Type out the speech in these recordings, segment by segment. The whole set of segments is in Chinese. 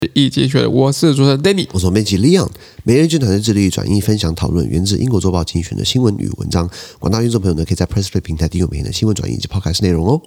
易经学人，我是主持人 Danny， 我是编辑 Leon。每日经团队致力转译、分享、讨论源自英国周报精选的新闻与文章。广大听众朋友呢，可以在 PressPlay 平台订阅每天的新闻转译以及 Podcast 内容哦。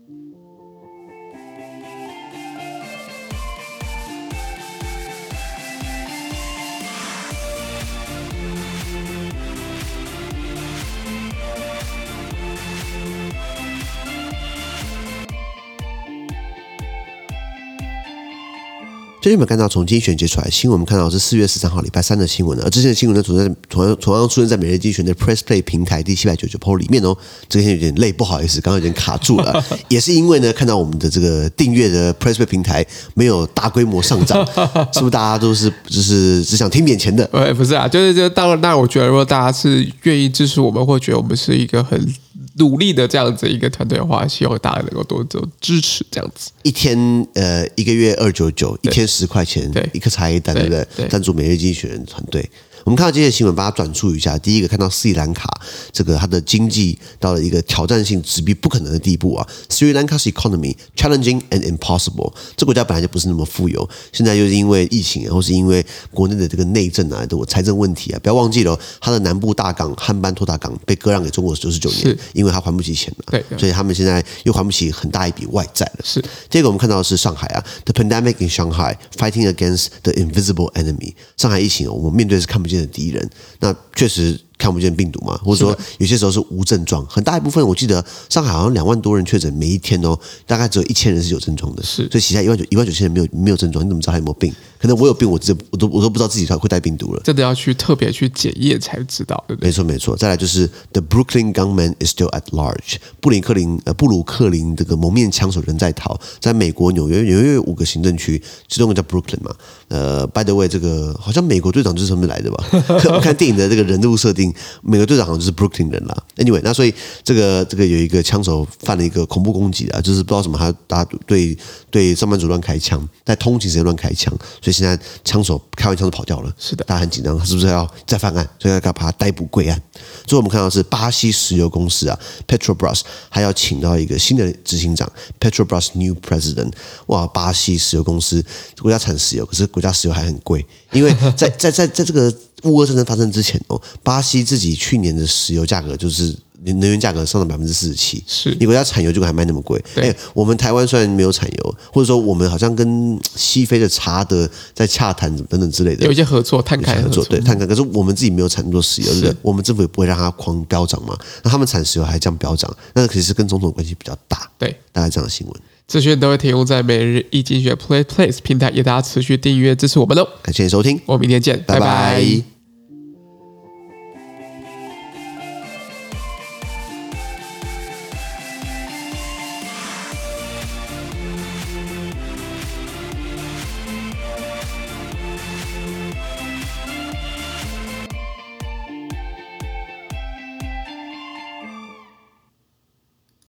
最近我们看到从精选截出来的新闻，我们看到是4月13号礼拜三的新闻而之前的新闻呢，同样出现在每日精选的 PressPlay 平台第799 po 里面哦。这天有点累，不好意思，刚刚有点卡住了，也是因为呢，看到我们的这个订阅的 PressPlay 平台没有大规模上涨，是不是大家都是就是只想听点钱的？ 不是啊，就是当然，我觉得如果大家是愿意支持我们，或觉得我们是一个很努力的这样子一个团队的话，希望大家能够多支持这样子。 一天一个月299，一天10块钱，一颗茶叶蛋，对不对？赞助每日精选团队。我们看到这些新闻，把它转述一下。第一个，看到斯里兰卡这个它的经济到了一个挑战性直逼不可能的地步啊。Sri Lanka's economy challenging and impossible。这国家本来就不是那么富有，现在又是因为疫情，或是因为国内的这个内政啊，的财政问题啊，不要忘记了，它的南部大港汉班托塔港被割让给中国99年，因为它还不起钱了， 对， 所以他们现在又还不起很大一笔外债了。 是。 第二个，我们看到的是上海啊 ，The pandemic in Shanghai fighting against the invisible enemy。上海疫情，我们面对的是看不见的敌人，那确实看不见病毒嘛，或者说有些时候是无症状，很大一部分我记得上海好像2万多人确诊，每一天哦，大概只有1000人是有症状的， 是， 所以其他19000人没有症状，你怎么知道他有没有病？可能我有病，我都不知道自己会带病毒了， 真的要去特别去检验才知道，对不对？ 没错。再来就是 The Brooklyn gunman is still at large， 布鲁克林这个蒙面枪手人在逃，在美国纽约5个行政区，其中一个叫 Brooklyn 嘛。by the way， 这个好像美国队长就是从那边来的吧？我看电影的这个人物设定，美国队长好像就是 Brooklyn 人啦。Anyway， 那所以这个有一个枪手犯了一个恐怖攻击啊，就是不知道什么他对上班族乱开枪，在通勤时间乱开枪，所以现在枪手开完枪就跑掉了。 是的， 大家很紧张，他是不是要再犯案？所以要把他逮捕归案。最后我们看到是巴西石油公司啊 ，Petrobras 还要请到一个新的执行长 ，Petrobras new president。哇，巴西石油公司国家产石油，可是国家石油还很贵，因为在这个乌俄战争发生之前哦，巴西自己去年的石油价格就是能源价格上涨47%， 是你国家产油结果还卖那么贵。我们台湾虽然没有产油，或者说我们好像跟西非的查德在洽谈等等之类的， 有一些合作，碳开合作， 对碳开，可是我们自己没有产那么多石油，对不对？我们政府也不会让它狂飙涨嘛。那他们产石油还这样飙涨，那其实跟总统关系比较大。 对， 大概这样的新闻。 资讯都会提供在每日易经学 Play Place 平台，也大家持续订阅支持我们哦。 感谢你收听， 我们明天见，拜拜。